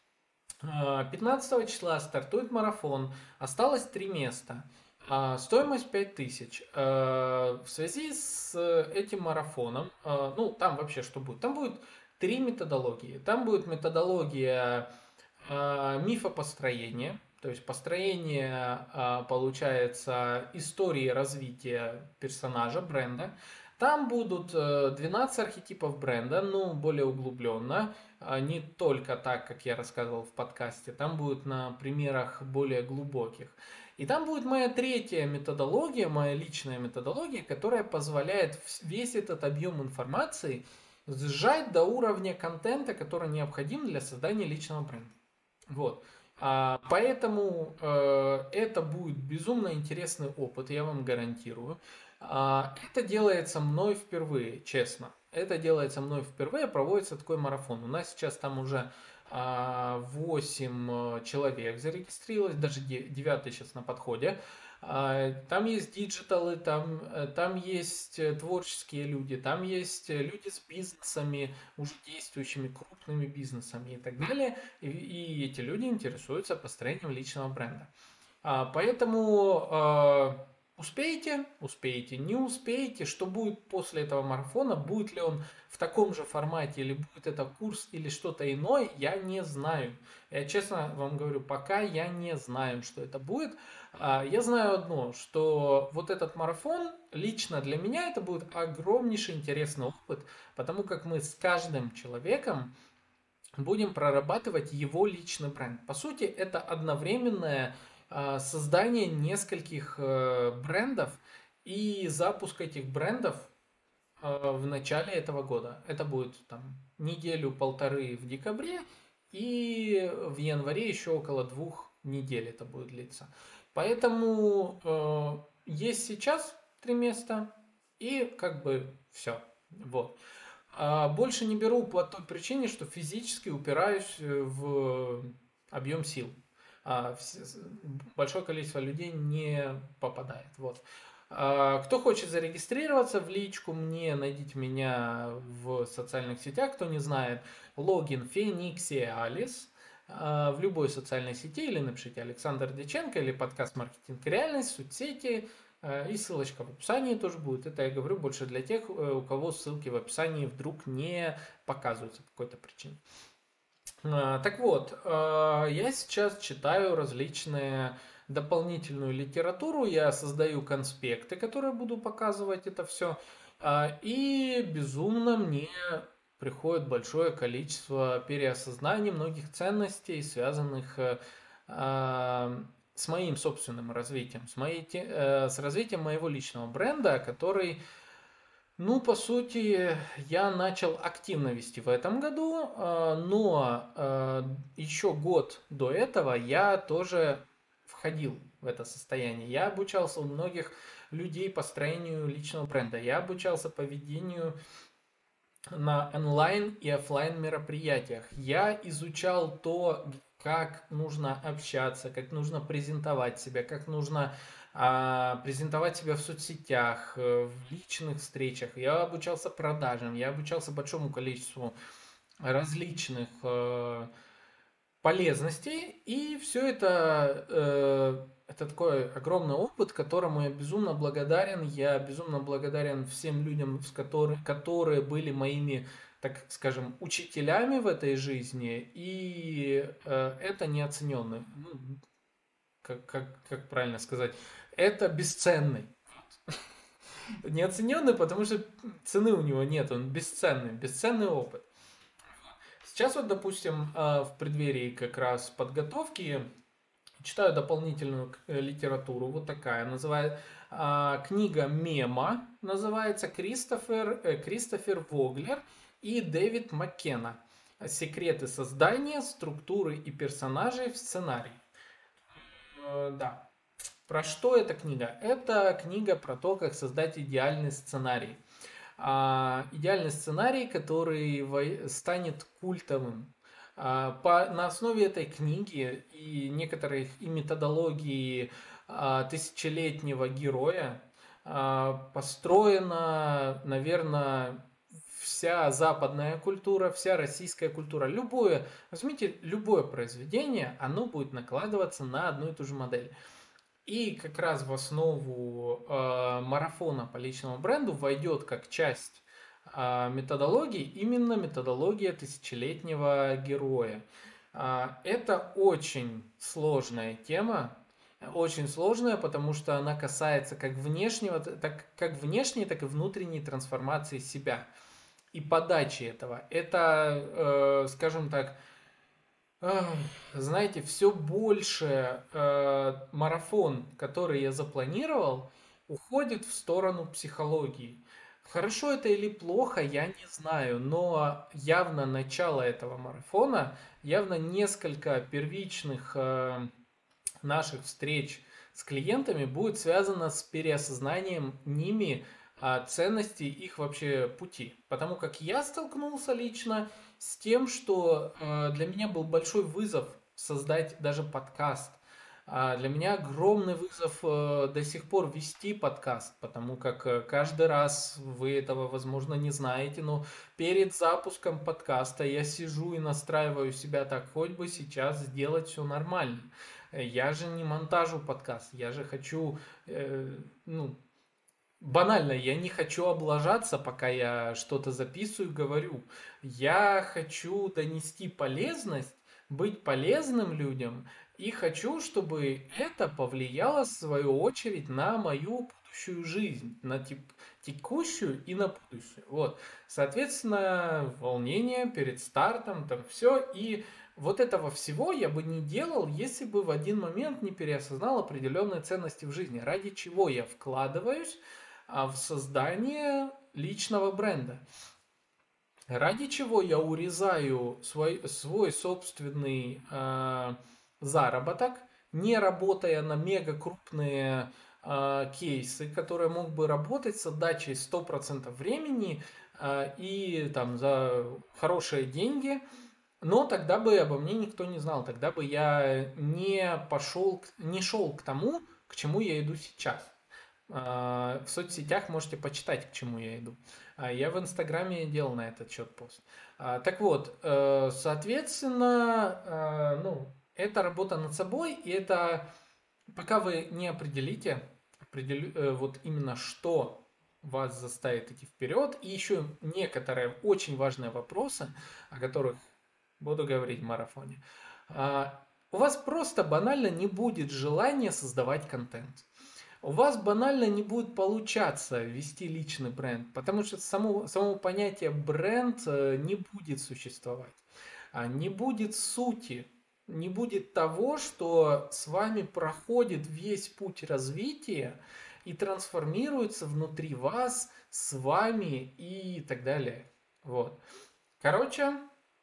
А, пятнадцатого числа стартует марафон. Осталось три места. А, Стоимость пять тысяч. А, В связи с этим марафоном, а, ну, там вообще что будет? Там будет три методологии. Там будет методология а, мифопостроения, то есть построение, а, получается, истории развития персонажа, бренда. Там будут э, двенадцать архетипов бренда, ну, более углубленно, а не только так, как я рассказывал в подкасте, там будет на примерах более глубоких. И там будет моя третья методология, моя личная методология, которая позволяет весь этот объем информации сжать до уровня контента, который необходим для создания личного бренда. Вот. А, Поэтому э, это будет безумно интересный опыт, я вам гарантирую. А, Это делается мной впервые, честно. Это делается мной впервые, проводится такой марафон. У нас сейчас там уже а, восемь э, человек зарегистрировалось, даже девятый сейчас на подходе. А, Там есть диджиталы, там, э, там есть э, творческие люди, там есть э, люди с бизнесами, уже действующими крупными бизнесами и так далее. И, и эти люди интересуются построением личного бренда. А, Поэтому а, успеете, успеете, не успеете, что будет после этого марафона, будет ли он в таком же формате, или будет это курс, или что-то иное, я не знаю. Я честно вам говорю, пока я не знаю, что это будет. А, Я знаю одно, что вот этот марафон, лично для меня это будет огромнейший интересный опыт, потому как мы с каждым человеком будем прорабатывать его личный бренд. По сути, это одновременное а, создание нескольких э, брендов и запуск этих брендов а, в начале этого года. Это будет там неделю-полторы в декабре, и в январе еще около двух недель это будет длиться. Поэтому э, есть сейчас три места, и как бы все. Вот. А больше не беру по той причине, что физически упираюсь э, в объем сил. А вс- Большое количество людей не попадает. Вот. А, Кто хочет зарегистрироваться в личку мне, найдите меня в социальных сетях. Кто не знает, логин Фениксиалис а, в любой социальной сети или напишите Александр Дьяченко или подкаст «Маркетинг и реальность», соцсети, а, и ссылочка в описании тоже будет. Это я говорю больше для тех, э, у кого ссылки в описании вдруг не показываются по какой-то причине. А, Так вот, а, я сейчас читаю различные дополнительную литературу, я создаю конспекты, которые буду показывать это все, и безумно мне приходит большое количество переосознаний многих ценностей, связанных э, а, с моим собственным развитием, с, моей, те- э, с развитием моего личного бренда, который, ну, по сути, я начал активно вести в этом году, а, но а, еще год до этого я тоже входил в это состояние. Я обучался у многих людей построению личного бренда. Я обучался поведению на онлайн и оффлайн мероприятиях. Я изучал то, как нужно общаться, как нужно презентовать себя, как нужно а, презентовать себя в соцсетях, э, в личных встречах. Я обучался продажам, я обучался большому количеству различных э, полезностей. И все это, э, это такой огромный опыт, которому я безумно благодарен. Я безумно благодарен всем людям, с которых, которые были моими, так скажем, учителями в этой жизни. И э, это неоцененный, ну, как, как, как правильно сказать, это бесценный. Неоцененный, потому что цены у него нет, он бесценный, бесценный опыт. Сейчас вот, допустим, э, в преддверии как раз подготовки читаю дополнительную э, литературу, вот такая, называет а, книга Мема, называется Кристофер, э, Кристофер Воглер и Дэвид Маккена. Секреты создания, структуры и персонажей в сценарии. Э, да. Про что эта книга? Это книга про то, как создать идеальный сценарий. А, идеальный сценарий, который во- станет культовым. А, по, на основе этой книги и некоторых и методологии а, тысячелетнего героя а, построена, наверное, вся западная культура, вся российская культура. Любое, возьмите любое произведение, оно будет накладываться на одну и ту же модель. И как раз в основу э, марафона по личному бренду войдет как часть э, методологии именно методология тысячелетнего героя. А, это очень сложная тема, очень сложная, потому что она касается как внешнего, так, как внешней, так и внутренней трансформации себя и подачи этого. Это, э, скажем так, Ах, знаете, все больше э, марафон, который я запланировал, уходит в сторону психологии. Хорошо это или плохо, я не знаю, но явно начало этого марафона, явно несколько первичных э, наших встреч с клиентами будет связано с переосознанием ними а, ценностей их вообще пути. Потому как я столкнулся лично с тем, что э, для меня был большой вызов создать даже подкаст. А для меня огромный вызов э, до сих пор вести подкаст, потому как э, каждый раз вы этого, возможно, не знаете, но перед запуском подкаста я сижу и настраиваю себя так, хоть бы сейчас сделать все нормально. Э, Я же не монтажу подкаст, я же хочу, э, ну, банально, я не хочу облажаться, пока я что-то записываю, говорю. Я хочу донести полезность, быть полезным людям, и хочу, чтобы это повлияло, в свою очередь, на мою будущую жизнь, на теп- текущую и на будущее. Вот, соответственно, волнение перед стартом, там все, и вот этого всего я бы не делал, если бы в один момент не переосознал определенные ценности в жизни, ради чего я вкладываюсь а, в создание личного бренда. Ради чего я урезаю свой, свой собственный э, заработок, не работая на мега крупные э, кейсы, которые мог бы работать с отдачей сто процентов времени э, и там за хорошие деньги, но тогда бы обо мне никто не знал, тогда бы я не пошел, не шел к тому, к чему я иду сейчас. А, В соцсетях можете почитать, к чему я иду. А Я в Инстаграме делал на этот счет пост. А, Так вот, э, соответственно, э, ну, это работа над собой, и это пока вы не определите, определю, э, вот именно что вас заставит идти вперед, и еще некоторые очень важные вопросы, о которых буду говорить в марафоне. А, У вас просто банально не будет желания создавать контент. У вас банально не будет получаться вести личный бренд, потому что само, само понятие бренд э, не будет существовать. А не будет сути, не будет того, что с вами проходит весь путь развития и трансформируется внутри вас, с вами и так далее. Вот. Короче,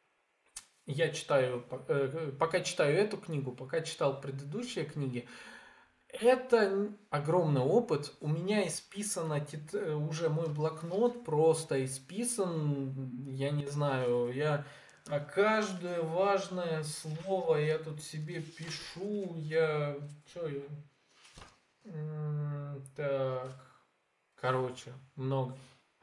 я читаю, э, пока читаю эту книгу, пока читал предыдущие книги, это огромный опыт. У меня исписано тет- э, уже мой блокнот просто исписан. Я не знаю, я а каждое важное слово я тут себе пишу. Я что я? М, Так, короче, много.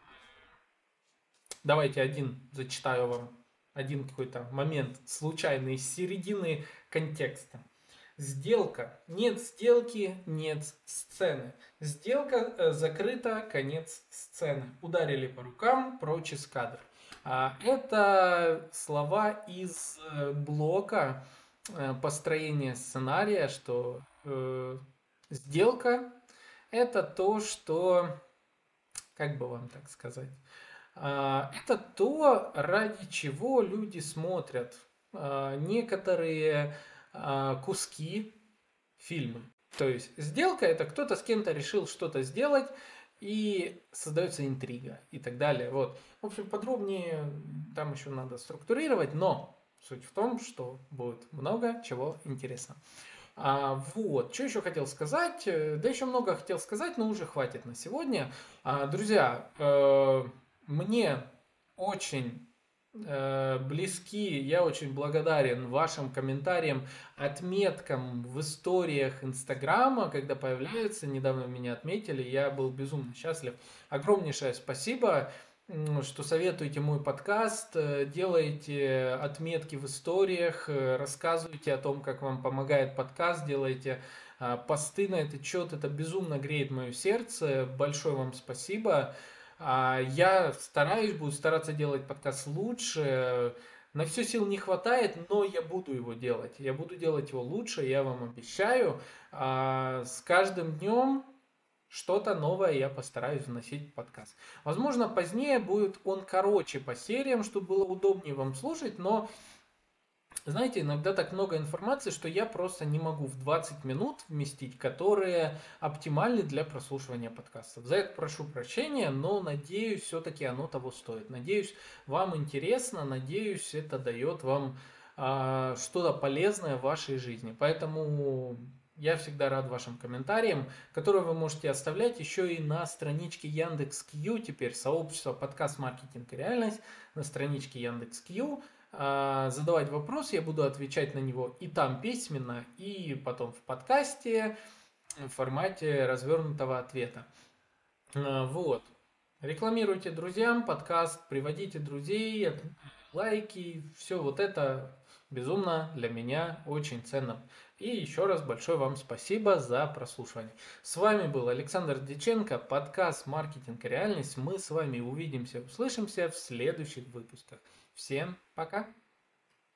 Давайте один зачитаю вам. Один какой-то момент случайный из середины контекста. Сделка. Нет сделки, нет сцены. Сделка э, закрыта, конец сцены. Ударили по рукам, прочь из кадра. А, Это слова из э, блока э, построения сценария, что э, сделка это то, что, как бы вам так сказать, а, это то, ради чего люди смотрят а, некоторые а, куски фильма. То есть сделка это кто-то с кем-то решил что-то сделать, и создается интрига и так далее. Вот. В общем, подробнее там еще надо структурировать, но суть в том, что будет много чего интересного. А, вот, что еще хотел сказать? Э, Да еще много хотел сказать, но уже хватит на сегодня. А, друзья, э, мне очень э, близки, я очень благодарен вашим комментариям, отметкам в историях Инстаграма, когда появляются. Недавно меня отметили, я был безумно счастлив. Огромнейшее спасибо, м, что советуете мой подкаст, э, делаете отметки в историях, э, рассказываете о том, как вам помогает подкаст, делаете а, посты на этот счет. Это безумно греет мое сердце. Большое вам спасибо. А, Я стараюсь, буду стараться делать подкаст лучше. На все сил не хватает, но я буду его делать. Я буду делать его лучше, я вам обещаю. А, С каждым днем что-то новое я постараюсь вносить в подкаст. Возможно, позднее будет он короче по сериям, чтобы было удобнее вам слушать, но Знаете, иногда так много информации, что я просто не могу в двадцать минут вместить, которые оптимальны для прослушивания подкастов. За это прошу прощения, но надеюсь, все-таки оно того стоит. Надеюсь, вам интересно, надеюсь, это дает вам а, что-то полезное в вашей жизни. Поэтому я всегда рад вашим комментариям, которые вы можете оставлять еще и на страничке Яндекс.Кью, теперь сообщество подкаст «Маркетинг и реальность», на страничке Яндекс.Кью. А, задавать вопрос, я буду отвечать на него и там письменно, и потом в подкасте в формате развернутого ответа. А, Вот. Рекламируйте друзьям подкаст, приводите друзей, от- лайки, все вот это безумно для меня очень ценно. И еще раз большое вам спасибо за прослушивание. С вами был Александр Дьяченко, подкаст «Маркетинг и реальность». Мы с вами увидимся, услышимся в следующих выпусках. Всем пока!